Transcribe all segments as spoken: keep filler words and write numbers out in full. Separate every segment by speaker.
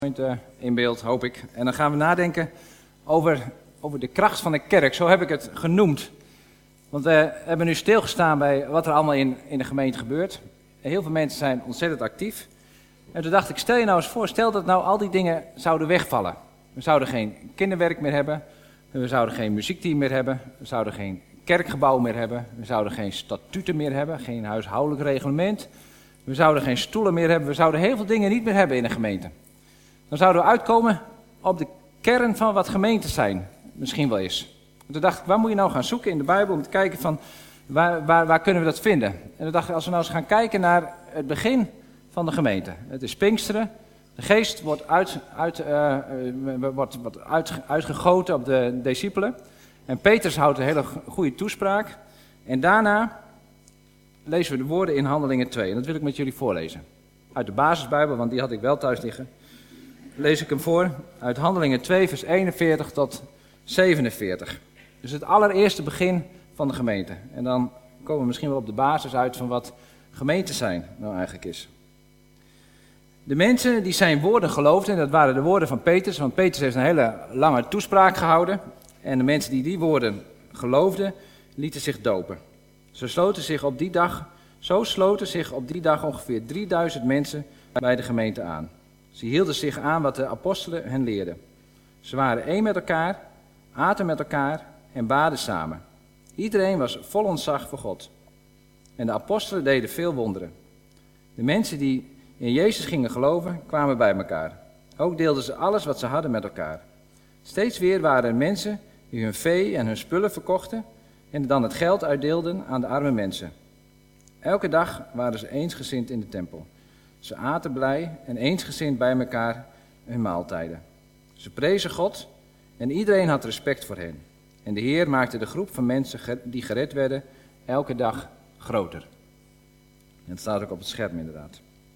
Speaker 1: In beeld, hoop ik. En dan gaan we nadenken over, over de kracht van de kerk. Zo heb ik het genoemd. Want we hebben nu stilgestaan bij wat er allemaal in, in de gemeente gebeurt. Heel veel mensen zijn ontzettend actief. En toen dacht ik, stel je nou eens voor, stel dat nou al die dingen zouden wegvallen. We zouden geen kinderwerk meer hebben. We zouden geen muziekteam meer hebben. We zouden geen kerkgebouw meer hebben. We zouden geen statuten meer hebben. Geen huishoudelijk reglement. We zouden geen stoelen meer hebben. We zouden heel veel dingen niet meer hebben in de gemeente. Dan zouden we uitkomen op de kern van wat gemeenten zijn. Misschien wel eens. En toen dacht ik, waar moet je nou gaan zoeken in de Bijbel om te kijken van waar, waar, waar kunnen we dat vinden? En toen dacht ik, als we nou eens gaan kijken naar het begin van de gemeente. Het is Pinksteren. De geest wordt, uit, uit, uh, wordt, wordt uit, uitgegoten op de discipelen. En Petrus houdt een hele goede toespraak. En daarna lezen we de woorden in Handelingen twee. En dat wil ik met jullie voorlezen. Uit de basisbijbel, want die had ik wel thuis liggen. Lees ik hem voor uit Handelingen twee, vers eenenveertig tot zevenenveertig. Dus het allereerste begin van de gemeente. En dan komen we misschien wel op de basis uit van wat gemeenten zijn nou eigenlijk is. De mensen die zijn woorden geloofden, dat waren de woorden van Petrus, want Petrus heeft een hele lange toespraak gehouden. En de mensen die die woorden geloofden, lieten zich dopen. Ze sloten zich op die dag, zo sloten zich op die dag ongeveer drieduizend mensen bij de gemeente aan. Ze hielden zich aan wat de apostelen hen leerden. Ze waren één met elkaar, aten met elkaar en baden samen. Iedereen was vol ontzag voor God. En de apostelen deden veel wonderen. De mensen die in Jezus gingen geloven, kwamen bij elkaar. Ook deelden ze alles wat ze hadden met elkaar. Steeds weer waren er mensen die hun vee en hun spullen verkochten en dan het geld uitdeelden aan de arme mensen. Elke dag waren ze eensgezind in de tempel. Ze aten blij en eensgezind bij elkaar hun maaltijden. Ze prezen God en iedereen had respect voor hen. En de Heer maakte de groep van mensen die gered werden elke dag groter. En het staat ook op het scherm inderdaad.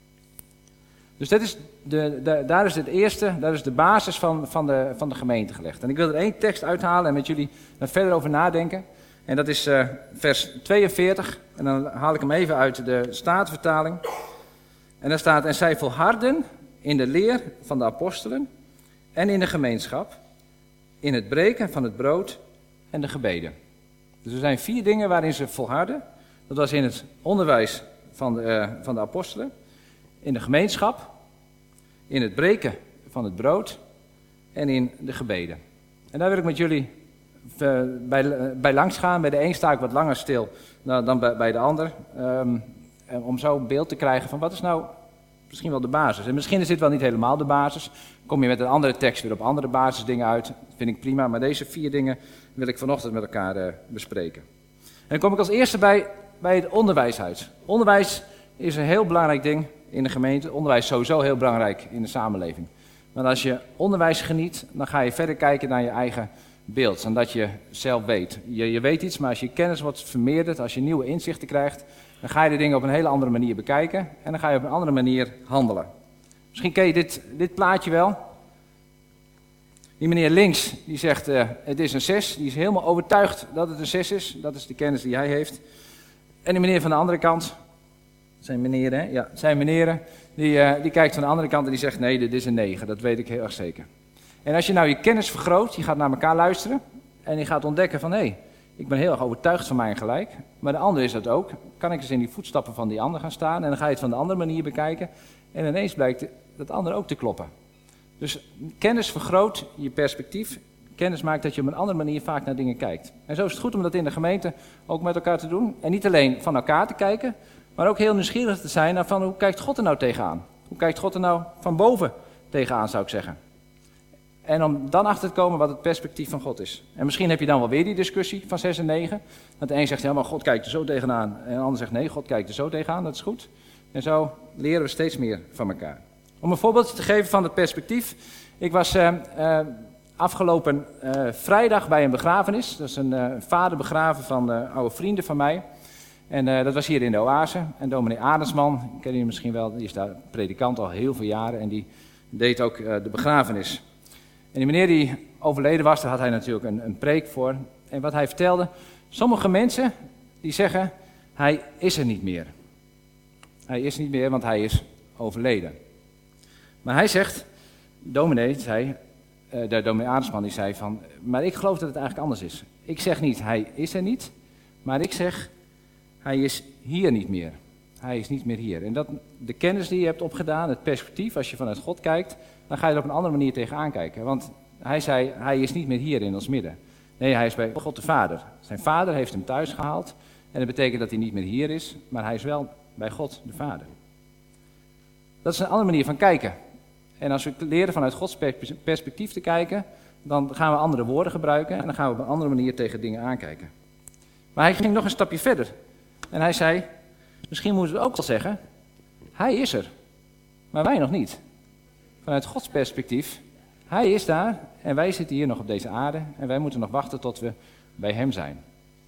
Speaker 1: Dus dat is de, de, daar is het eerste, daar is de basis van, van, de, van de gemeente gelegd. En ik wil er één tekst uithalen en met jullie daar verder over nadenken. En dat is uh, vers tweeënveertig. En dan haal ik hem even uit de Statenvertaling. En daar staat, en zij volharden in de leer van de apostelen en in de gemeenschap, in het breken van het brood en de gebeden. Dus er zijn vier dingen waarin ze volharden. Dat was in het onderwijs van de, uh, van de apostelen, in de gemeenschap, in het breken van het brood en in de gebeden. En daar wil ik met jullie uh, bij, uh, bij langs gaan. Bij de een sta ik wat langer stil dan, dan bij, bij de ander. Um, Om zo een beeld te krijgen van wat is nou misschien wel de basis. En misschien is dit wel niet helemaal de basis. Kom je met een andere tekst weer op andere basisdingen uit. Dat vind ik prima. Maar deze vier dingen wil ik vanochtend met elkaar uh, bespreken. En dan kom ik als eerste bij, bij het onderwijs uit. Onderwijs is een heel belangrijk ding in de gemeente. Onderwijs is sowieso heel belangrijk in de samenleving. Want als je onderwijs geniet, dan ga je verder kijken naar je eigen beeld. En dat je zelf weet. Je, je weet iets, maar als je kennis wordt vermeerderd, als je nieuwe inzichten krijgt, dan ga je de dingen op een hele andere manier bekijken en dan ga je op een andere manier handelen. Misschien ken je dit, dit plaatje wel. Die meneer links, die zegt uh, het is een zes. Die is helemaal overtuigd dat het een zes is. Dat is de kennis die hij heeft. En die meneer van de andere kant, dat zijn meneren, hè? Ja, zijn meneren, die, uh, die kijkt van de andere kant en die zegt nee, dit is een negen. Dat weet ik heel erg zeker. En als je nou je kennis vergroot, je gaat naar elkaar luisteren en je gaat ontdekken van hé, hey, ik ben heel erg overtuigd van mijn gelijk, maar de ander is dat ook. Kan ik eens in die voetstappen van die ander gaan staan en dan ga je het van de andere manier bekijken en ineens blijkt dat ander ook te kloppen. Dus kennis vergroot je perspectief, kennis maakt dat je op een andere manier vaak naar dingen kijkt. En zo is het goed om dat in de gemeente ook met elkaar te doen en niet alleen van elkaar te kijken, maar ook heel nieuwsgierig te zijn naar van hoe kijkt God er nou tegenaan? Hoe kijkt God er nou van boven tegenaan, zou ik zeggen. En om dan achter te komen wat het perspectief van God is. En misschien heb je dan wel weer die discussie van zes en negen. Dat de een zegt, ja, maar God kijkt er zo tegenaan. En de ander zegt, nee, God kijkt er zo tegenaan, dat is goed. En zo leren we steeds meer van elkaar. Om een voorbeeld te geven van het perspectief. Ik was uh, uh, afgelopen uh, vrijdag bij een begrafenis. Dat is een uh, vader begraven van uh, oude vrienden van mij. En uh, dat was hier in de Oase. En dominee Adensman, ken jullie misschien wel, die is daar predikant al heel veel jaren. En die deed ook uh, de begrafenis. En die meneer die overleden was, daar had hij natuurlijk een, een preek voor. En wat hij vertelde, sommige mensen die zeggen, hij is er niet meer. Hij is niet meer, want hij is overleden. Maar hij zegt, dominee zei, uh, de dominee Arendsman die zei van, maar ik geloof dat het eigenlijk anders is. Ik zeg niet, hij is er niet, maar ik zeg, hij is hier niet meer. Hij is niet meer hier. En dat, de kennis die je hebt opgedaan, het perspectief, als je vanuit God kijkt, dan ga je er op een andere manier tegenaan kijken. Want hij zei, hij is niet meer hier in ons midden. Nee, hij is bij God de Vader. Zijn vader heeft hem thuis gehaald. En dat betekent dat hij niet meer hier is, maar hij is wel bij God de Vader. Dat is een andere manier van kijken. En als we leren vanuit Gods perspectief te kijken, dan gaan we andere woorden gebruiken en dan gaan we op een andere manier tegen dingen aankijken. Maar hij ging nog een stapje verder. En hij zei, misschien moeten we ook wel zeggen, hij is er, maar wij nog niet. Vanuit Gods perspectief, hij is daar en wij zitten hier nog op deze aarde en wij moeten nog wachten tot we bij hem zijn.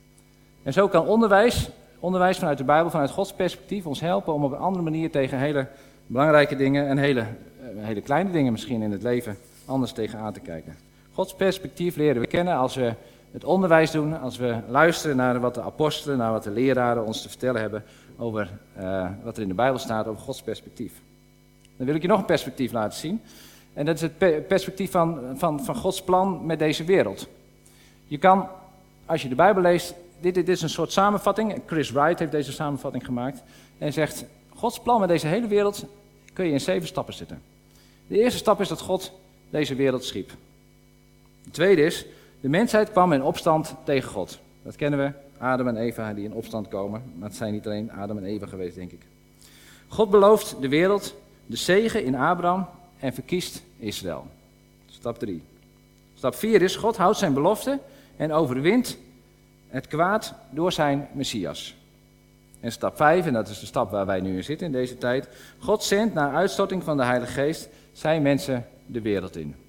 Speaker 1: En zo kan onderwijs, onderwijs vanuit de Bijbel, vanuit Gods perspectief ons helpen om op een andere manier tegen hele belangrijke dingen en hele, hele kleine dingen misschien in het leven anders tegenaan te kijken. Gods perspectief leren we kennen als we het onderwijs doen, als we luisteren naar wat de apostelen, naar wat de leraren ons te vertellen hebben over uh, wat er in de Bijbel staat over Gods perspectief. Dan wil ik je nog een perspectief laten zien. En dat is het pe- perspectief van, van, van Gods plan met deze wereld. Je kan, als je de Bijbel leest, dit, dit is een soort samenvatting. Chris Wright heeft deze samenvatting gemaakt. En zegt, Gods plan met deze hele wereld kun je in zeven stappen zetten. De eerste stap is dat God deze wereld schiep. De tweede is, de mensheid kwam in opstand tegen God. Dat kennen we, Adam en Eva die in opstand komen. Maar het zijn niet alleen Adam en Eva geweest, denk ik. God belooft de wereld de zegen in Abraham en verkiest Israël. Stap drie. Stap vier is, God houdt zijn belofte en overwint het kwaad door zijn Messias. En stap vijf, en dat is de stap waar wij nu in zitten in deze tijd. God zendt na uitstorting van de Heilige Geest zijn mensen de wereld in.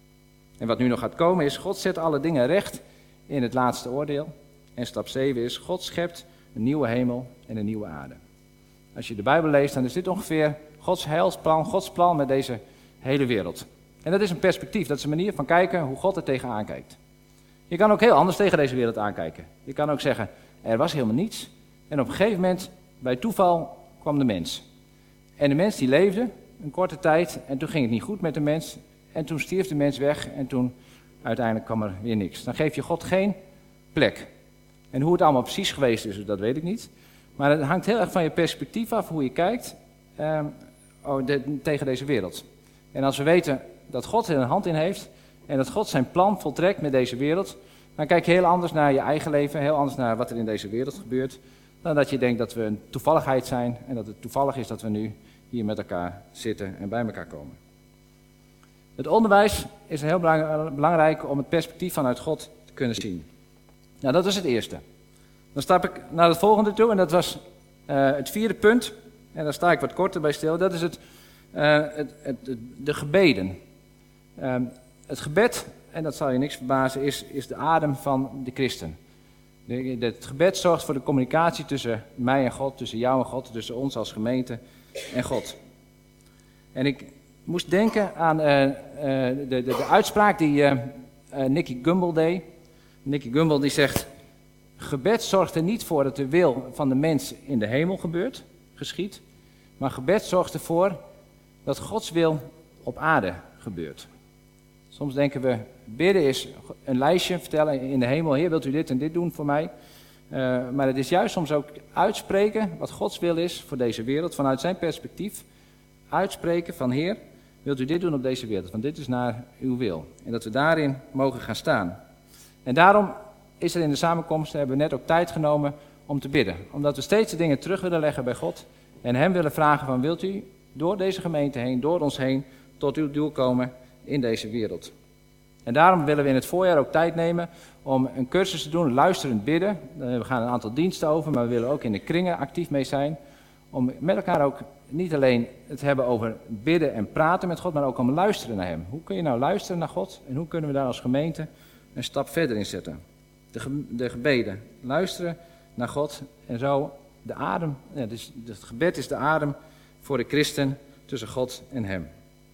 Speaker 1: En wat nu nog gaat komen is, God zet alle dingen recht in het laatste oordeel. En stap zeven is, God schept een nieuwe hemel en een nieuwe aarde. Als je de Bijbel leest, dan is dit ongeveer Gods heilsplan, Gods plan met deze hele wereld. En dat is een perspectief, dat is een manier van kijken hoe God er tegenaan kijkt. Je kan ook heel anders tegen deze wereld aankijken. Je kan ook zeggen, er was helemaal niets. En op een gegeven moment, bij toeval, kwam de mens. En de mens die leefde een korte tijd en toen ging het niet goed met de mens. En toen stierf de mens weg en toen uiteindelijk kwam er weer niks. Dan geef je God geen plek. En hoe het allemaal precies geweest is, dat weet ik niet. Maar het hangt heel erg van je perspectief af, hoe je kijkt eh, oh, de, tegen deze wereld. En als we weten dat God er een hand in heeft en dat God zijn plan voltrekt met deze wereld, dan kijk je heel anders naar je eigen leven, heel anders naar wat er in deze wereld gebeurt, dan dat je denkt dat we een toevalligheid zijn en dat het toevallig is dat we nu hier met elkaar zitten en bij elkaar komen. Het onderwijs is heel belangrijk om het perspectief vanuit God te kunnen zien. Nou, dat is het eerste. Dan stap ik naar het volgende toe en dat was uh, het vierde punt. En daar sta ik wat korter bij stil. Dat is het, uh, het, het, het, de gebeden. Uh, het gebed, en dat zal je niks verbazen, is, is de adem van de christen. De, de, het gebed zorgt voor de communicatie tussen mij en God, tussen jou en God, tussen ons als gemeente en God. En ik moest denken aan uh, uh, de, de, de uitspraak die uh, uh, Nicky Gumbel deed. Nicky Gumbel die zegt, gebed zorgt er niet voor dat de wil van de mens in de hemel gebeurt, geschiet. Maar gebed zorgt ervoor dat Gods wil op aarde gebeurt. Soms denken we, bidden is een lijstje vertellen in de hemel. Heer, wilt u dit en dit doen voor mij? Uh, maar het is juist soms ook uitspreken wat Gods wil is voor deze wereld. Vanuit zijn perspectief uitspreken van Heer, wilt u dit doen op deze wereld? Want dit is naar uw wil. En dat we daarin mogen gaan staan. En daarom is er in de samenkomst, hebben we net ook tijd genomen om te bidden. Omdat we steeds de dingen terug willen leggen bij God. En hem willen vragen van, wilt u door deze gemeente heen, door ons heen, tot uw doel komen in deze wereld. En daarom willen we in het voorjaar ook tijd nemen om een cursus te doen, luisterend bidden. We gaan een aantal diensten over, maar we willen ook in de kringen actief mee zijn. Om met elkaar ook niet alleen het hebben over bidden en praten met God, maar ook om luisteren naar hem. Hoe kun je nou luisteren naar God en hoe kunnen we daar als gemeente een stap verder in zetten? De, ge- de gebeden, luisteren naar God en zo de adem. Ja, dus het gebed is de adem voor de christen tussen God en hem.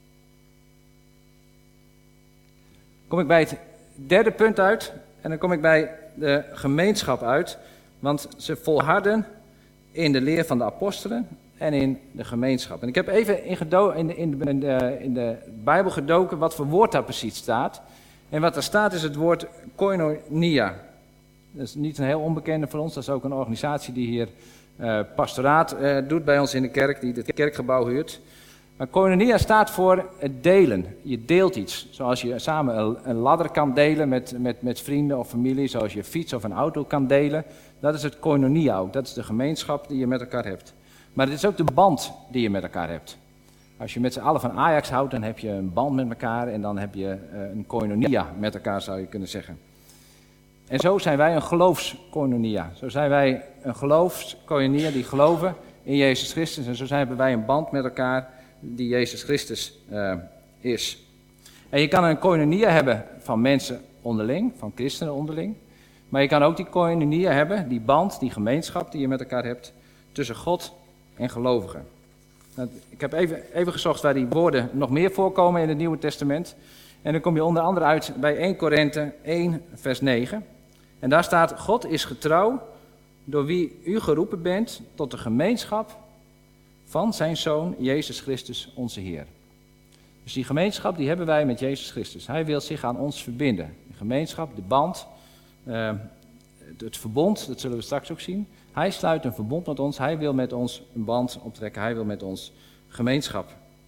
Speaker 1: Kom ik bij het derde punt uit en dan kom ik bij de gemeenschap uit. Want ze volharden in de leer van de apostelen en in de gemeenschap. En ik heb even in, gedo- in, de, in, de, in, de, in de Bijbel gedoken wat voor woord daar precies staat. En wat daar staat is het woord koinonia. Dat is niet een heel onbekende voor ons. Dat is ook een organisatie die hier uh, pastoraat uh, doet bij ons in de kerk, die het kerkgebouw huurt. Maar koinonia staat voor het delen. Je deelt iets. Zoals je samen een, een ladder kan delen met, met, met vrienden of familie. Zoals je een fiets of een auto kan delen. Dat is het koinonia ook. Dat is de gemeenschap die je met elkaar hebt. Maar het is ook de band die je met elkaar hebt. Als je met z'n allen van Ajax houdt, dan heb je een band met elkaar. En dan heb je uh, een koinonia met elkaar, zou je kunnen zeggen. En zo zijn wij een geloofskoinonia. Zo zijn wij een geloofskoinonia die geloven in Jezus Christus. En zo hebben wij een band met elkaar die Jezus Christus uh, is. En je kan een koinonia hebben van mensen onderling, van christenen onderling. Maar je kan ook die koinonia hebben, die band, die gemeenschap die je met elkaar hebt, tussen God en gelovigen. Nou, ik heb even, even gezocht waar die woorden nog meer voorkomen in het Nieuwe Testament. En dan kom je onder andere uit bij eerste Korinthe één, vers negen. En daar staat: God is getrouw, door wie u geroepen bent tot de gemeenschap van zijn Zoon, Jezus Christus, onze Heer. Dus die gemeenschap die hebben wij met Jezus Christus. Hij wil zich aan ons verbinden. De gemeenschap, de band, uh, het, het verbond, dat zullen we straks ook zien. Hij sluit een verbond met ons. Hij wil met ons een band optrekken. Hij wil met ons gemeenschap.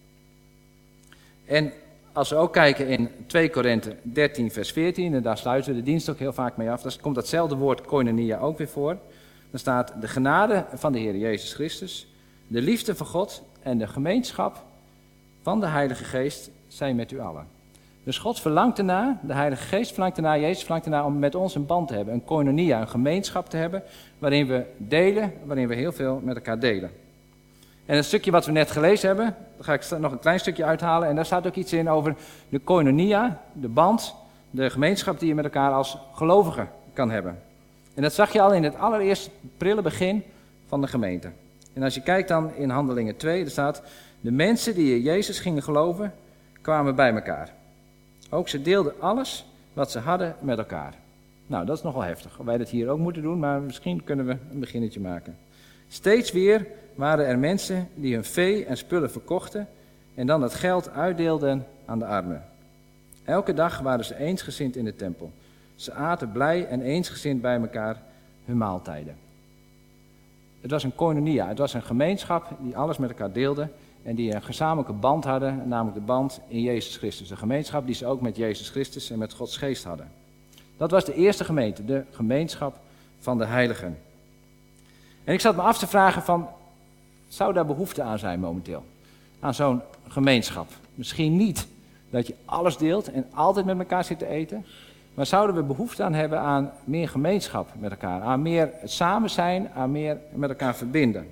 Speaker 1: En als we ook kijken in tweede Korinthe dertien, vers veertien, en daar sluiten we de dienst ook heel vaak mee af, dan komt datzelfde woord koinonia ook weer voor. Dan staat: de genade van de Heer Jezus Christus, de liefde van God en de gemeenschap van de Heilige Geest zijn met u allen. Dus God verlangt ernaar, de Heilige Geest verlangt ernaar, Jezus verlangt ernaar om met ons een band te hebben, een koinonia, een gemeenschap te hebben, waarin we delen, waarin we heel veel met elkaar delen. En het stukje wat we net gelezen hebben, daar ga ik nog een klein stukje uithalen, en daar staat ook iets in over de koinonia, de band, de gemeenschap die je met elkaar als gelovigen kan hebben. En dat zag je al in het allereerste prille begin van de gemeente. En als je kijkt dan in Handelingen twee, er staat: de mensen die in Jezus gingen geloven, kwamen bij elkaar. Ook ze deelden alles wat ze hadden met elkaar. Nou, dat is nogal heftig. Of wij dat hier ook moeten doen, maar misschien kunnen we een beginnetje maken. Steeds weer waren er mensen die hun vee en spullen verkochten en dan dat geld uitdeelden aan de armen. Elke dag waren ze eensgezind in de tempel. Ze aten blij en eensgezind bij elkaar hun maaltijden. Het was een koinonia, het was een gemeenschap die alles met elkaar deelde en die een gezamenlijke band hadden, namelijk de band in Jezus Christus. De gemeenschap die ze ook met Jezus Christus en met Gods geest hadden. Dat was de eerste gemeente, de gemeenschap van de heiligen. En ik zat me af te vragen van, zou daar behoefte aan zijn momenteel? Aan zo'n gemeenschap. Misschien niet dat je alles deelt en altijd met elkaar zit te eten. Maar zouden we behoefte aan hebben aan meer gemeenschap met elkaar? Aan meer samen zijn, aan meer met elkaar verbinden.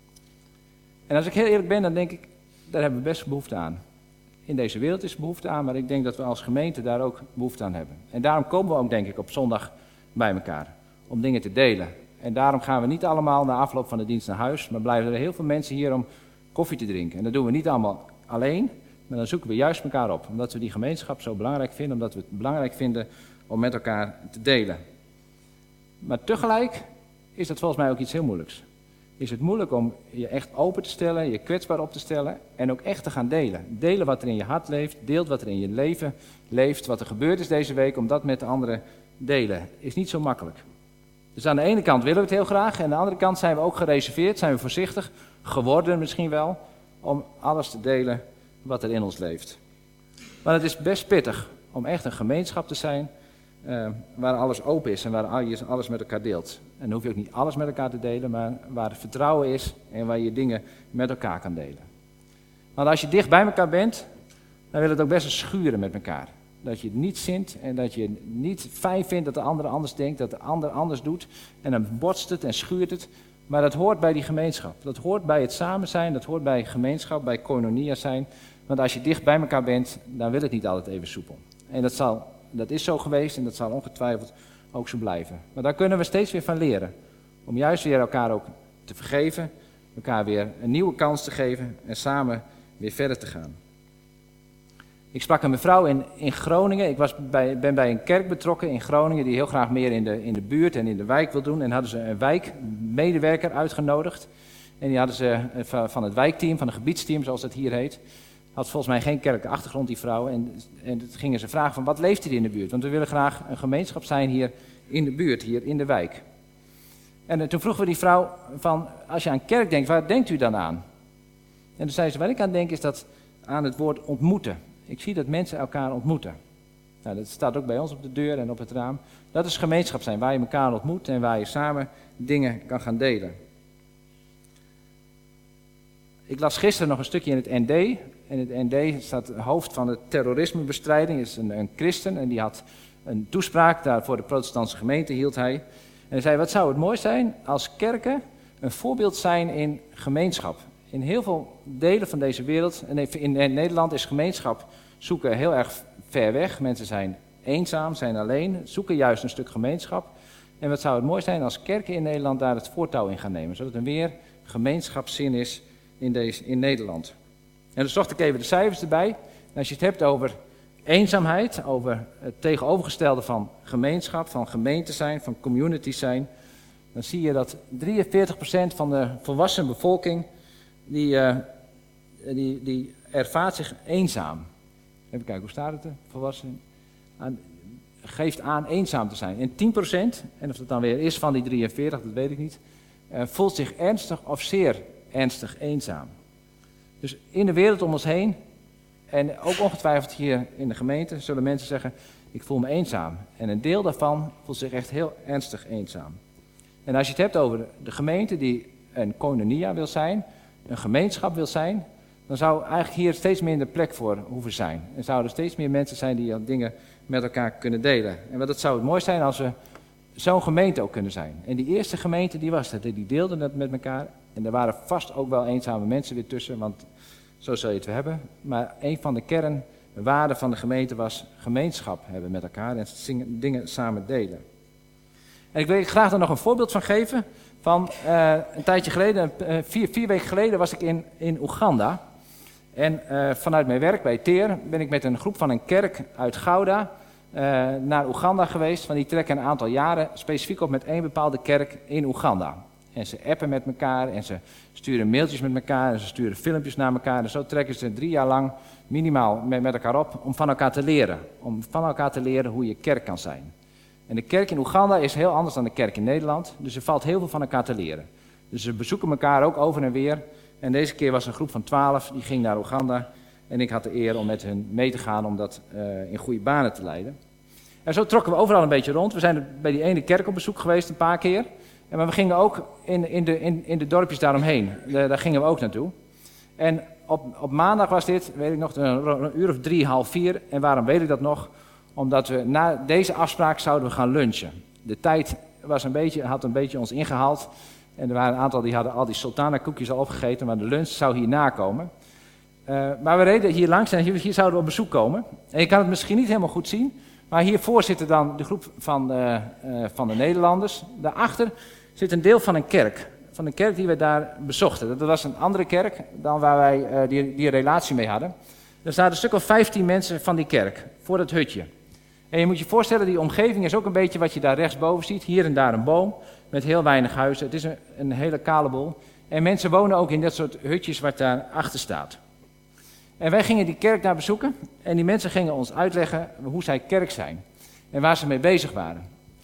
Speaker 1: En als ik heel eerlijk ben, dan denk ik, daar hebben we best behoefte aan. In deze wereld is behoefte aan, maar ik denk dat we als gemeente daar ook behoefte aan hebben. En daarom komen we ook, denk ik, op zondag bij elkaar. Om dingen te delen. En daarom gaan we niet allemaal na afloop van de dienst naar huis, maar blijven er heel veel mensen hier om koffie te drinken. En dat doen we niet allemaal alleen, maar dan zoeken we juist elkaar op. Omdat we die gemeenschap zo belangrijk vinden, omdat we het belangrijk vinden om met elkaar te delen. Maar tegelijk is dat volgens mij ook iets heel moeilijks. Is het moeilijk om je echt open te stellen, je kwetsbaar op te stellen en ook echt te gaan delen. Delen wat er in je hart leeft, deelt wat er in je leven leeft, wat er gebeurd is deze week, om dat met de anderen delen. Is niet zo makkelijk. Dus aan de ene kant willen we het heel graag en aan de andere kant zijn we ook gereserveerd, zijn we voorzichtig geworden misschien wel, om alles te delen wat er in ons leeft. Maar het is best pittig om echt een gemeenschap te zijn uh, waar alles open is en waar je alles met elkaar deelt. En dan hoef je ook niet alles met elkaar te delen, maar waar er vertrouwen is en waar je dingen met elkaar kan delen. Want als je dicht bij elkaar bent, dan wil het ook best eens schuren met elkaar. Dat je het niet zint en dat je niet fijn vindt dat de ander anders denkt, dat de ander anders doet. En dan botst het en schuurt het. Maar dat hoort bij die gemeenschap. Dat hoort bij het samen zijn, dat hoort bij gemeenschap, bij koinonia zijn. Want als je dicht bij elkaar bent, dan wil het niet altijd even soepel. En dat, zal, dat is zo geweest en dat zal ongetwijfeld ook zo blijven. Maar daar kunnen we steeds weer van leren. Om juist weer elkaar ook te vergeven, elkaar weer een nieuwe kans te geven en samen weer verder te gaan. Ik sprak een mevrouw in, in Groningen. Ik was bij, ben bij een kerk betrokken in Groningen die heel graag meer in de, in de buurt en in de wijk wil doen. En hadden ze een wijkmedewerker uitgenodigd. En die hadden ze van het wijkteam, van het gebiedsteam, zoals het hier heet. Had volgens mij geen kerkelijke achtergrond, die vrouw. En, en toen gingen ze vragen van, wat leeft hier in de buurt? Want we willen graag een gemeenschap zijn hier in de buurt, hier in de wijk. En uh, toen vroegen we die vrouw van, als je aan kerk denkt, waar denkt u dan aan? En toen zei ze, waar ik aan denk is dat aan het woord ontmoeten. Ik zie dat mensen elkaar ontmoeten. Nou, dat staat ook bij ons op de deur en op het raam. Dat is gemeenschap zijn, waar je elkaar ontmoet en waar je samen dingen kan gaan delen. Ik las gisteren nog een stukje in het N D. In het N D staat het hoofd van de terrorismebestrijding, is een, een christen. En die had een toespraak daar voor de protestantse gemeente, hield hij. En hij zei, wat zou het mooi zijn als kerken een voorbeeld zijn in gemeenschap. In heel veel delen van deze wereld, en in, in Nederland is gemeenschap zoeken heel erg ver weg. Mensen zijn eenzaam, zijn alleen, zoeken juist een stuk gemeenschap. En wat zou het mooi zijn als kerken in Nederland daar het voortouw in gaan nemen. Zodat er meer gemeenschapszin is in, deze, in Nederland. En dan zocht ik even de cijfers erbij. En als je het hebt over eenzaamheid, over het tegenovergestelde van gemeenschap, van gemeente zijn, van community zijn, dan zie je dat drieënveertig procent van de volwassen bevolking, die, uh, die, die ervaart zich eenzaam. Even kijken, hoe staat het er? Volwassen aan, geeft aan eenzaam te zijn. En tien procent, en of het dan weer is van die drieënveertig, dat weet ik niet, uh, voelt zich ernstig of zeer ernstig eenzaam. Dus in de wereld om ons heen, en ook ongetwijfeld hier in de gemeente, zullen mensen zeggen, ik voel me eenzaam. En een deel daarvan voelt zich echt heel ernstig eenzaam. En als je het hebt over de gemeente die een koinonia wil zijn, een gemeenschap wil zijn, dan zou eigenlijk hier steeds minder plek voor hoeven zijn. En zouden er steeds meer mensen zijn die dingen met elkaar kunnen delen. En wat het zou het mooi zijn als we zo'n gemeente ook kunnen zijn. En die eerste gemeente, die was het, die deelden het met elkaar. En er waren vast ook wel eenzame mensen weer tussen, want zo zul je het hebben. Maar een van de kernwaarden van de gemeente was gemeenschap hebben met elkaar en dingen samen delen. En ik wil je graag er nog een voorbeeld van geven. Van uh, een tijdje geleden, uh, vier, vier weken geleden was ik in, in Oeganda. En uh, vanuit mijn werk bij Teer ben ik met een groep van een kerk uit Gouda uh, naar Oeganda geweest. Van die trekken een aantal jaren specifiek op met één bepaalde kerk in Oeganda. En ze appen met elkaar en ze sturen mailtjes met elkaar en ze sturen filmpjes naar elkaar. En zo trekken ze drie jaar lang minimaal met, met elkaar op om van elkaar te leren. Om van elkaar te leren hoe je kerk kan zijn. En de kerk in Oeganda is heel anders dan de kerk in Nederland. Dus er valt heel veel van elkaar te leren. Dus ze bezoeken elkaar ook over en weer. En deze keer was een groep van twaalf, die ging naar Oeganda. En ik had de eer om met hen mee te gaan om dat uh, in goede banen te leiden. En zo trokken we overal een beetje rond. We zijn bij die ene kerk op bezoek geweest een paar keer. En maar we gingen ook in, in, de, in, in de dorpjes daaromheen. De, daar gingen we ook naartoe. En op, op maandag was dit, weet ik nog, een, een uur of drie, half vier. En waarom weet ik dat nog? Omdat we na deze afspraak zouden we gaan lunchen. De tijd was een beetje, had een beetje ons ingehaald. En er waren een aantal die hadden al die sultana koekjes al opgegeten, maar de lunch zou hierna komen. Uh, maar we reden hier langs en hier, hier zouden we op bezoek komen. En je kan het misschien niet helemaal goed zien, maar hiervoor zit dan de groep van de, uh, van de Nederlanders. Daarachter zit een deel van een kerk, van een kerk die we daar bezochten. Dat was een andere kerk dan waar wij uh, die, die relatie mee hadden. Er zaten een stuk of vijftien mensen van die kerk voor het hutje. En je moet je voorstellen, die omgeving is ook een beetje wat je daar rechtsboven ziet. Hier en daar een boom met heel weinig huizen. Het is een, een hele kale boel. En mensen wonen ook in dat soort hutjes wat daar achter staat. En wij gingen die kerk daar bezoeken. En die mensen gingen ons uitleggen hoe zij kerk zijn. En waar ze mee bezig waren.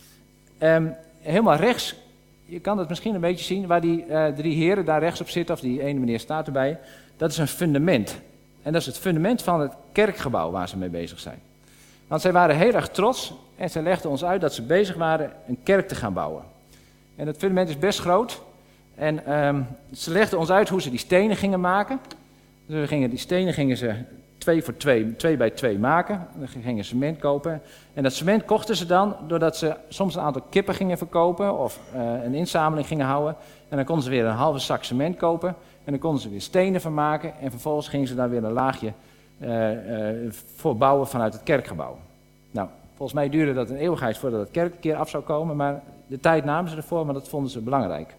Speaker 1: Um, helemaal rechts, je kan dat misschien een beetje zien, waar die uh, drie heren daar rechts op zitten, of die ene meneer staat erbij. Dat is een fundament. En dat is het fundament van het kerkgebouw waar ze mee bezig zijn. Want zij waren heel erg trots en ze legden ons uit dat ze bezig waren een kerk te gaan bouwen. En dat fundament is best groot. En um, ze legden ons uit hoe ze die stenen gingen maken. Dus we gingen, die stenen gingen ze twee voor twee, twee bij twee maken. Dan gingen cement kopen. En dat cement kochten ze dan doordat ze soms een aantal kippen gingen verkopen of uh, een inzameling gingen houden. En dan konden ze weer een halve zak cement kopen. En dan konden ze weer stenen van maken. En vervolgens gingen ze daar weer een laagje Uh, uh, voor bouwen vanuit het kerkgebouw. Nou, volgens mij duurde dat een eeuwigheid voordat het kerk een keer af zou komen, maar de tijd namen ze ervoor, maar dat vonden ze belangrijk.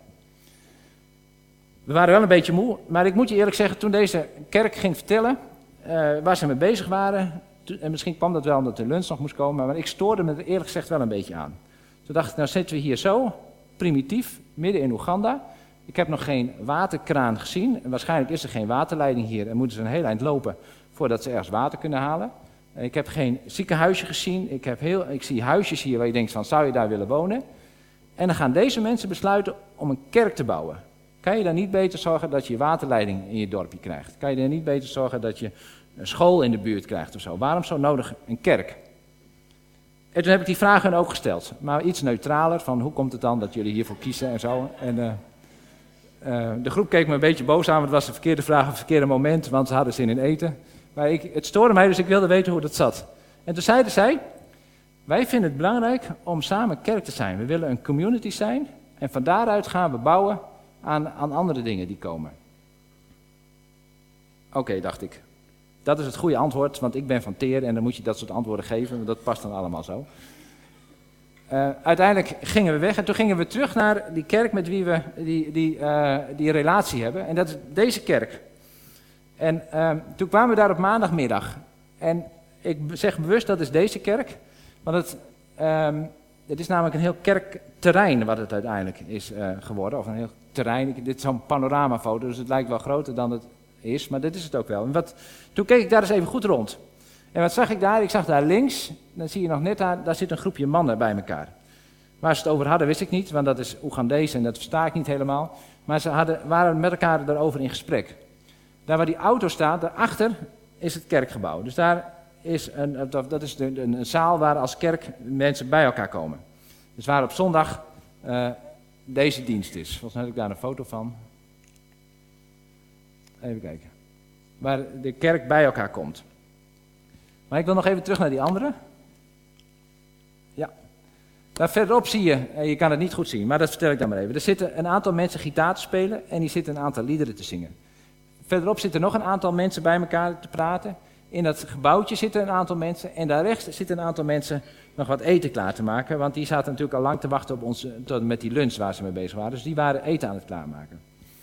Speaker 1: We waren wel een beetje moe, maar ik moet je eerlijk zeggen, toen deze kerk ging vertellen uh, waar ze mee bezig waren, en misschien kwam dat wel omdat de lunch nog moest komen, maar ik stoorde me er eerlijk gezegd wel een beetje aan. Toen dacht ik, nou zitten we hier zo, primitief, midden in Oeganda, Ik heb nog geen waterkraan gezien. En waarschijnlijk is er geen waterleiding hier en moeten ze een heel eind lopen voordat ze ergens water kunnen halen. Ik heb geen ziekenhuisje gezien. Ik, heb heel, ik zie huisjes hier waar je denkt van, zou je daar willen wonen? En dan gaan deze mensen besluiten om een kerk te bouwen. Kan je dan niet beter zorgen dat je waterleiding in je dorpje krijgt? Kan je dan niet beter zorgen dat je een school in de buurt krijgt of zo? Waarom zo nodig een kerk? En toen heb ik die vraag hun ook gesteld. Maar iets neutraler, van hoe komt het dan dat jullie hiervoor kiezen en zo. En uh, uh, de groep keek me een beetje boos aan, want het was de verkeerde vraag op het verkeerde moment, want ze hadden zin in eten. Maar ik, het stoorde mij, dus ik wilde weten hoe dat zat. En toen zeiden zij, wij vinden het belangrijk om samen kerk te zijn. We willen een community zijn en van daaruit gaan we bouwen aan, aan andere dingen die komen. Oké, okay, dacht ik. Dat is het goede antwoord, want ik ben van Teer en dan moet je dat soort antwoorden geven, want dat past dan allemaal zo. Uh, uiteindelijk gingen we weg en toen gingen we terug naar die kerk met wie we die, die, uh, die relatie hebben. En dat is deze kerk. En uh, toen kwamen we daar op maandagmiddag. En ik zeg bewust dat is deze kerk, want het, um, het is namelijk een heel kerkterrein wat het uiteindelijk is uh, geworden. Of een heel terrein, ik, dit is zo'n panoramafoto, dus het lijkt wel groter dan het is, maar dit is het ook wel. En wat, toen keek ik daar eens even goed rond. En wat zag ik daar? Ik zag daar links, dan zie je nog net daar, daar zit een groepje mannen bij elkaar. Waar ze het over hadden wist ik niet, want dat is Oegandees en dat versta ik niet helemaal. Maar ze hadden, waren met elkaar daarover in gesprek. Daar waar die auto staat, daarachter is het kerkgebouw. Dus daar is een, dat is de, een, een zaal waar als kerk mensen bij elkaar komen. Dus waar op zondag uh, deze dienst is. Volgens mij heb ik daar een foto van. Even kijken. Waar de kerk bij elkaar komt. Maar ik wil nog even terug naar die andere. Ja. Daar verderop zie je, je kan het niet goed zien, maar dat vertel ik dan maar even. Er zitten een aantal mensen gitaar te spelen en die zitten een aantal liederen te zingen. Verderop zitten nog een aantal mensen bij elkaar te praten. In dat gebouwtje zitten een aantal mensen en daar rechts zitten een aantal mensen nog wat eten klaar te maken. Want die zaten natuurlijk al lang te wachten op ons, tot met die lunch waar ze mee bezig waren. Dus die waren eten aan het klaarmaken.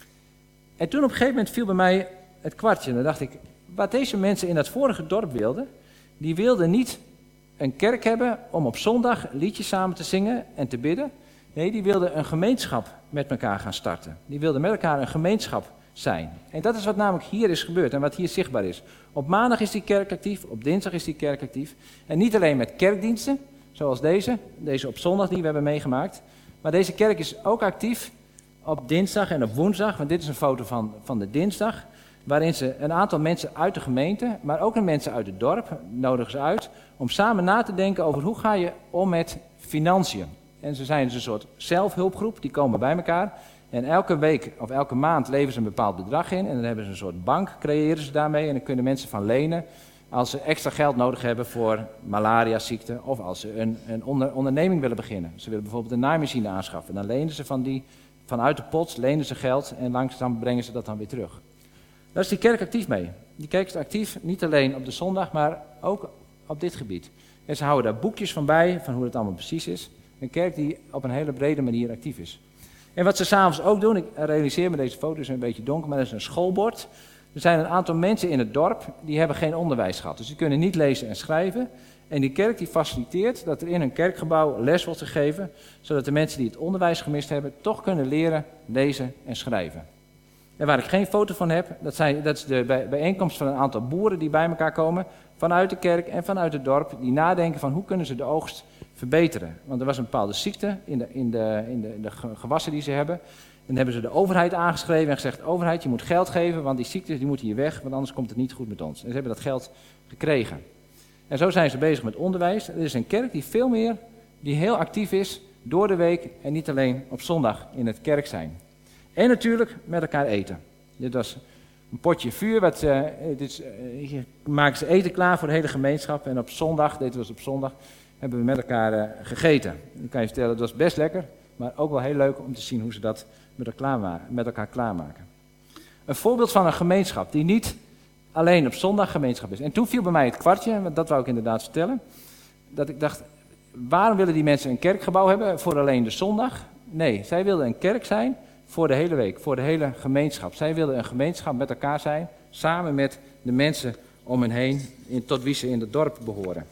Speaker 1: En toen op een gegeven moment viel bij mij het kwartje. En dan dacht ik, wat deze mensen in dat vorige dorp wilden, die wilden niet een kerk hebben om op zondag liedjes samen te zingen en te bidden. Nee, die wilden een gemeenschap met elkaar gaan starten. Die wilden met elkaar een gemeenschap zijn. En dat is wat namelijk hier is gebeurd en wat hier zichtbaar is. Op maandag is die kerk actief, op dinsdag is die kerk actief. En niet alleen met kerkdiensten, zoals deze, deze op zondag die we hebben meegemaakt. Maar deze kerk is ook actief op dinsdag en op woensdag, want dit is een foto van, van de dinsdag. Waarin ze een aantal mensen uit de gemeente, maar ook de mensen uit het dorp, nodigen ze uit om samen na te denken over hoe ga je om met financiën. En ze zijn dus een soort zelfhulpgroep, die komen bij elkaar. En elke week of elke maand leveren ze een bepaald bedrag in. En dan hebben ze een soort bank, creëren ze daarmee. En dan kunnen mensen van lenen als ze extra geld nodig hebben voor malaria-ziekte. Of als ze een, een onder, onderneming willen beginnen. Ze willen bijvoorbeeld een naaimachine aanschaffen. Dan lenen ze van die, vanuit de pot, lenen ze geld en langzaam brengen ze dat dan weer terug. Daar is die kerk actief mee. Die kerk is actief niet alleen op de zondag, maar ook op dit gebied. En ze houden daar boekjes van bij, van hoe het allemaal precies is. Een kerk die op een hele brede manier actief is. En wat ze s'avonds ook doen, ik realiseer me deze foto's een beetje donker, maar dat is een schoolbord. Er zijn een aantal mensen in het dorp, die hebben geen onderwijs gehad. Dus die kunnen niet lezen en schrijven. En die kerk die faciliteert dat er in een kerkgebouw les wordt gegeven, zodat de mensen die het onderwijs gemist hebben, toch kunnen leren lezen en schrijven. En waar ik geen foto van heb, dat, zijn, dat is de bij, bijeenkomst van een aantal boeren die bij elkaar komen, vanuit de kerk en vanuit het dorp, die nadenken van hoe kunnen ze de oogst verbeteren. Want er was een bepaalde ziekte in de, in de, in de, in de gewassen die ze hebben. En dan hebben ze de overheid aangeschreven en gezegd, overheid, je moet geld geven, want die ziektes die moeten hier weg, want anders komt het niet goed met ons. En ze hebben dat geld gekregen. En zo zijn ze bezig met onderwijs. Er is een kerk die veel meer, die heel actief is door de week en niet alleen op zondag in het kerk zijn. En natuurlijk met elkaar eten. Dit was een potje vuur, wat, uh, dit, uh, hier maken ze eten klaar voor de hele gemeenschap. En op zondag, dit was op zondag, hebben we met elkaar uh, gegeten. Ik kan je vertellen, het was best lekker, maar ook wel heel leuk om te zien hoe ze dat met elkaar, met elkaar klaarmaken. Een voorbeeld van een gemeenschap die niet alleen op zondag gemeenschap is. En toen viel bij mij het kwartje, want dat wou ik inderdaad vertellen, dat ik dacht, waarom willen die mensen een kerkgebouw hebben voor alleen de zondag? Nee, zij wilden een kerk zijn voor de hele week, voor de hele gemeenschap. Zij wilden een gemeenschap met elkaar zijn, samen met de mensen om hen heen, tot wie ze in het dorp behoren.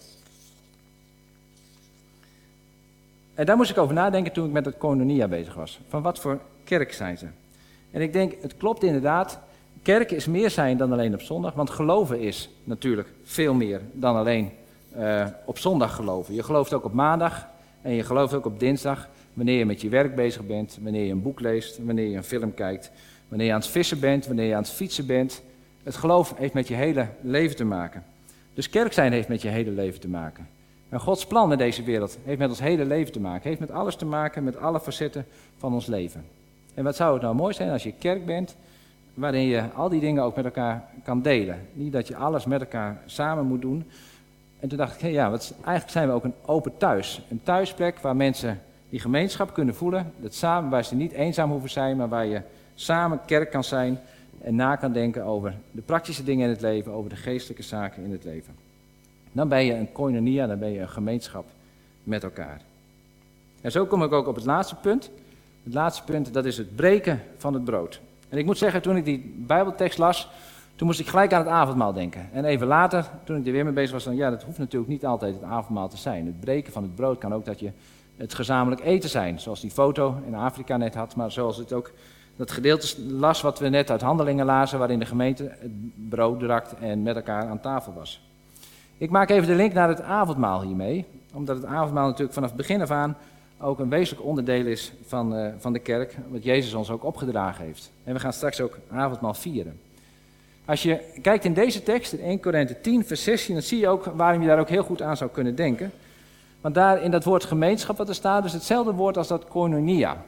Speaker 1: En daar moest ik over nadenken toen ik met het Koinonia bezig was. Van wat voor kerk zijn ze? En ik denk, het klopt inderdaad. Kerk is meer zijn dan alleen op zondag. Want geloven is natuurlijk veel meer dan alleen uh, op zondag geloven. Je gelooft ook op maandag en je gelooft ook op dinsdag. Wanneer je met je werk bezig bent, wanneer je een boek leest, wanneer je een film kijkt. Wanneer je aan het vissen bent, wanneer je aan het fietsen bent. Het geloof heeft met je hele leven te maken. Dus kerk zijn heeft met je hele leven te maken. En Gods plan in deze wereld heeft met ons hele leven te maken. Heeft met alles te maken, met alle facetten van ons leven. En wat zou het nou mooi zijn als je kerk bent, waarin je al die dingen ook met elkaar kan delen. Niet dat je alles met elkaar samen moet doen. En toen dacht ik, hé, ja, wat, eigenlijk zijn we ook een open thuis. Een thuisplek waar mensen die gemeenschap kunnen voelen. Dat samen, waar ze niet eenzaam hoeven zijn, maar waar je samen kerk kan zijn. En na kan denken over de praktische dingen in het leven, over de geestelijke zaken in het leven. Dan ben je een koinonia, dan ben je een gemeenschap met elkaar. En zo kom ik ook op het laatste punt. Het laatste punt, dat is het breken van het brood. En ik moet zeggen, toen ik die Bijbeltekst las, toen moest ik gelijk aan het avondmaal denken. En even later, toen ik er weer mee bezig was, dan ja, dat hoeft natuurlijk niet altijd het avondmaal te zijn. Het breken van het brood kan ook dat je het gezamenlijk eten zijn, zoals die foto in Afrika net had, maar zoals het ook dat gedeelte las wat we net uit Handelingen lazen, waarin de gemeente het brood drakt en met elkaar aan tafel was. Ik maak even de link naar het avondmaal hiermee, omdat het avondmaal natuurlijk vanaf het begin af aan ook een wezenlijk onderdeel is van, uh, van de kerk, wat Jezus ons ook opgedragen heeft. En we gaan straks ook avondmaal vieren. Als je kijkt in deze tekst, in eerste Korinthe tien, vers zestien, dan zie je ook waarom je daar ook heel goed aan zou kunnen denken. Want daar in dat woord gemeenschap wat er staat, is hetzelfde woord als dat koinonia.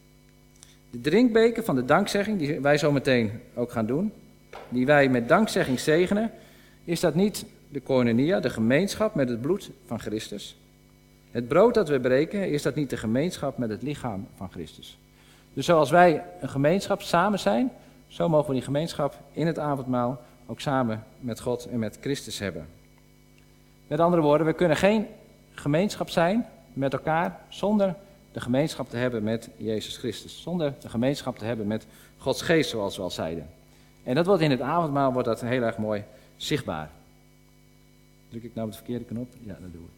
Speaker 1: De drinkbeker van de dankzegging, die wij zo meteen ook gaan doen, die wij met dankzegging zegenen, is dat niet de koinonia, de gemeenschap met het bloed van Christus. Het brood dat we breken, is dat niet de gemeenschap met het lichaam van Christus. Dus zoals wij een gemeenschap samen zijn, zo mogen we die gemeenschap in het avondmaal ook samen met God en met Christus hebben. Met andere woorden, we kunnen geen gemeenschap zijn met elkaar zonder de gemeenschap te hebben met Jezus Christus. Zonder de gemeenschap te hebben met Gods geest, zoals we al zeiden. En dat wordt in het avondmaal wordt dat heel erg mooi zichtbaar. Druk ik nou op de verkeerde knop? Ja, dat doe ik.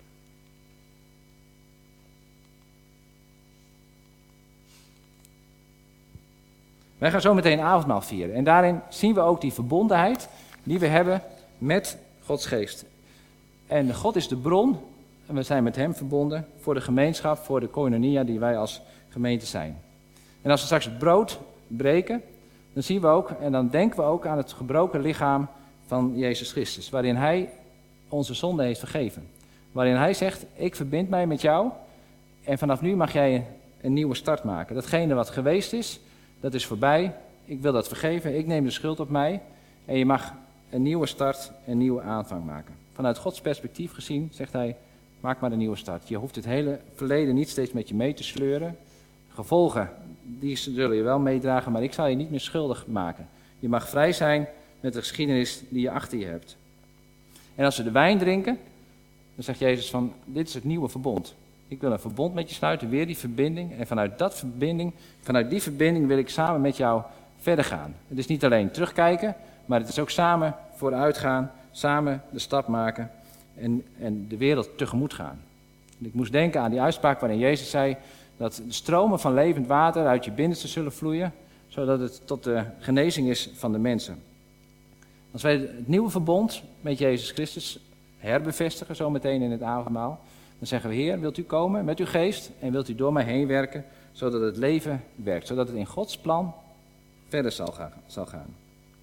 Speaker 1: Wij gaan zo meteen avondmaal vieren. En daarin zien we ook die verbondenheid die we hebben met Gods geest. En God is de bron en we zijn met hem verbonden voor de gemeenschap, voor de koinonia die wij als gemeente zijn. En als we straks het brood breken, dan zien we ook en dan denken we ook aan het gebroken lichaam van Jezus Christus. Waarin hij onze zonde heeft vergeven. Waarin hij zegt, ik verbind mij met jou en vanaf nu mag jij een nieuwe start maken. Datgene wat geweest is, dat is voorbij. Ik wil dat vergeven. Ik neem de schuld op mij. En je mag een nieuwe start, een nieuwe aanvang maken. Vanuit Gods perspectief gezien zegt hij, maak maar een nieuwe start. Je hoeft het hele verleden niet steeds met je mee te sleuren. Gevolgen, die zullen je wel meedragen, maar ik zal je niet meer schuldig maken. Je mag vrij zijn met de geschiedenis die je achter je hebt. En als we de wijn drinken, dan zegt Jezus van, dit is het nieuwe verbond. Ik wil een verbond met je sluiten, weer die verbinding. En vanuit, dat verbinding, vanuit die verbinding wil ik samen met jou verder gaan. Het is niet alleen terugkijken, maar het is ook samen vooruit gaan, samen de stap maken en, en de wereld tegemoet gaan. En ik moest denken aan die uitspraak waarin Jezus zei dat de stromen van levend water uit je binnenste zullen vloeien, zodat het tot de genezing is van de mensen. Als wij het nieuwe verbond met Jezus Christus herbevestigen, zometeen in het avondmaal, dan zeggen we, Heer, wilt u komen met uw geest en wilt u door mij heen werken, zodat het leven werkt, zodat het in Gods plan verder zal gaan. Zal gaan.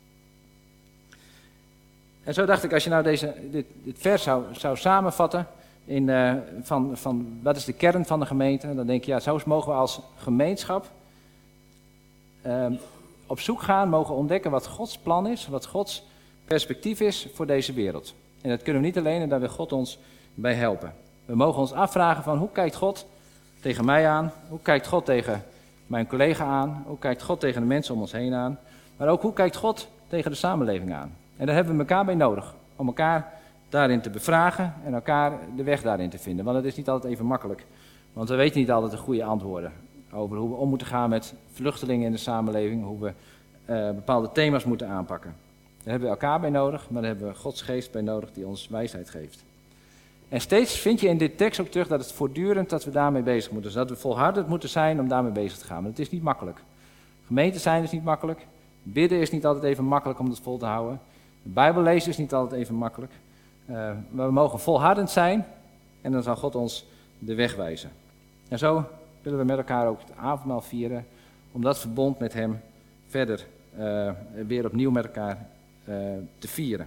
Speaker 1: En zo dacht ik, als je nou deze, dit, dit vers zou, zou samenvatten, in, uh, van, van wat is de kern van de gemeente, dan denk je, ja, zo mogen we als gemeenschap uh, op zoek gaan, mogen ontdekken wat Gods plan is, wat Gods perspectief is voor deze wereld. En dat kunnen we niet alleen en daar wil God ons bij helpen. We mogen ons afvragen van hoe kijkt God tegen mij aan, hoe kijkt God tegen mijn collega aan, hoe kijkt God tegen de mensen om ons heen aan, maar ook hoe kijkt God tegen de samenleving aan. En daar hebben we elkaar bij nodig, om elkaar daarin te bevragen en elkaar de weg daarin te vinden. Want het is niet altijd even makkelijk, want we weten niet altijd de goede antwoorden over hoe we om moeten gaan met vluchtelingen in de samenleving, hoe we uh, bepaalde thema's moeten aanpakken. Daar hebben we elkaar bij nodig, maar daar hebben we Gods geest bij nodig die ons wijsheid geeft. En steeds vind je in dit tekst ook terug dat het voortdurend dat we daarmee bezig moeten zijn. Dat we volhardend moeten zijn om daarmee bezig te gaan. Maar het is niet makkelijk. Gemeente zijn is niet makkelijk. Bidden is niet altijd even makkelijk om het vol te houden. De Bijbel lezen is niet altijd even makkelijk. Uh, maar we mogen volhardend zijn en dan zal God ons de weg wijzen. En zo willen we met elkaar ook het avondmaal vieren, om dat verbond met hem verder uh, weer opnieuw met elkaar uh, te vieren.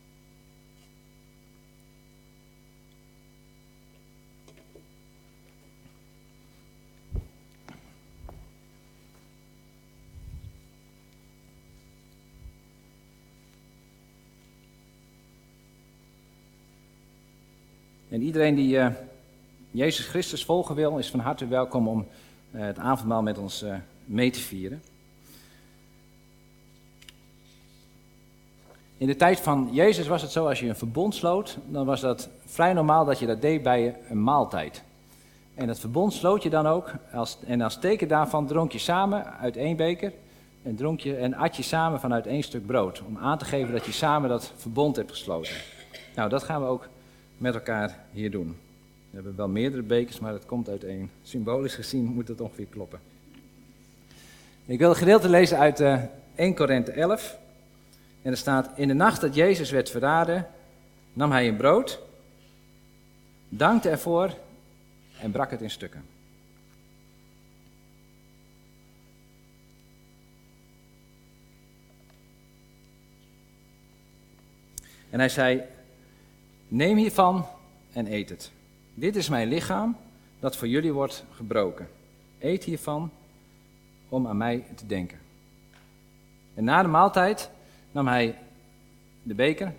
Speaker 1: En iedereen die uh, Jezus Christus volgen wil, is van harte welkom om uh, het avondmaal met ons uh, mee te vieren. In de tijd van Jezus was het zo, als je een verbond sloot, dan was dat vrij normaal dat je dat deed bij een maaltijd. En dat verbond sloot je dan ook, als, en als teken daarvan dronk je samen uit één beker en, dronk je, en at je samen vanuit één stuk brood. Om aan te geven dat je samen dat verbond hebt gesloten. Nou, dat gaan we ook met elkaar hier doen. We hebben wel meerdere bekers, maar het komt uiteen. Symbolisch gezien moet het ongeveer kloppen. Ik wil een gedeelte lezen uit uh, eerste Korinthe elf. En er staat: in de nacht dat Jezus werd verraden, nam hij een brood, dankte ervoor en brak het in stukken. En hij zei: neem hiervan en eet het. Dit is mijn lichaam dat voor jullie wordt gebroken. Eet hiervan om aan mij te denken. En na de maaltijd nam hij de beker.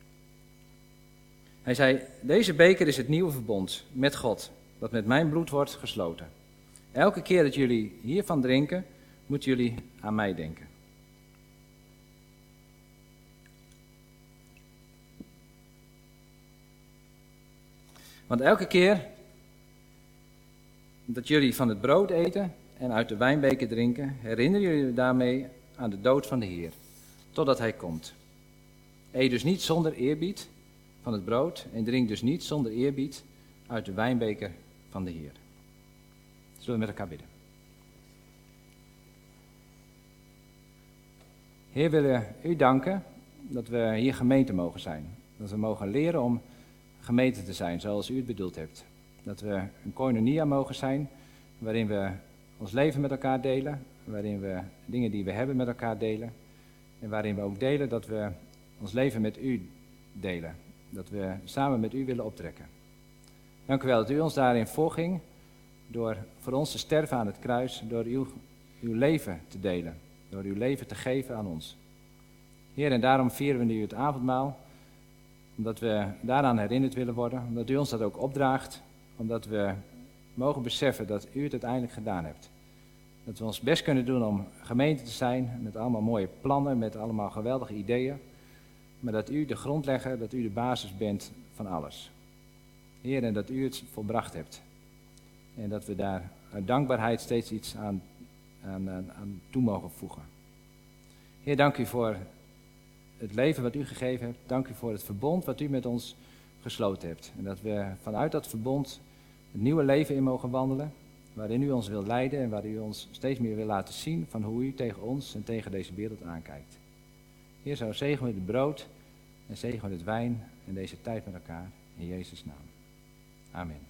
Speaker 1: Hij zei: deze beker is het nieuwe verbond met God, dat met mijn bloed wordt gesloten. Elke keer dat jullie hiervan drinken, moeten jullie aan mij denken. Want elke keer dat jullie van het brood eten en uit de wijnbeker drinken, herinneren jullie daarmee aan de dood van de Heer, totdat hij komt. Eet dus niet zonder eerbied van het brood en drink dus niet zonder eerbied uit de wijnbeker van de Heer. Zullen we met elkaar bidden. Heer, we willen u danken dat we hier gemeente mogen zijn. Dat we mogen leren om gemeente te zijn zoals u het bedoeld hebt. Dat we een koinonia mogen zijn waarin we ons leven met elkaar delen, waarin we dingen die we hebben met elkaar delen en waarin we ook delen dat we ons leven met u delen. Dat we samen met u willen optrekken. Dank u wel dat u ons daarin voorging door voor ons te sterven aan het kruis, door uw, uw leven te delen, door uw leven te geven aan ons. Heer, en daarom vieren we nu het avondmaal, omdat we daaraan herinnerd willen worden, omdat u ons dat ook opdraagt, omdat we mogen beseffen dat u het uiteindelijk gedaan hebt. Dat we ons best kunnen doen om gemeente te zijn, met allemaal mooie plannen, met allemaal geweldige ideeën, maar dat u de grondlegger, dat u de basis bent van alles. Heer, en dat u het volbracht hebt. En dat we daar uit dankbaarheid steeds iets aan, aan, aan, aan toe mogen voegen. Heer, dank u voor het leven wat u gegeven hebt. Dank u voor het verbond wat u met ons gesloten hebt. En dat we vanuit dat verbond het nieuwe leven in mogen wandelen, waarin u ons wil leiden en waar u ons steeds meer wil laten zien van hoe u tegen ons en tegen deze wereld aankijkt. Heer, zo zegenen we het brood en zegenen we het wijn en deze tijd met elkaar. In Jezus' naam. Amen.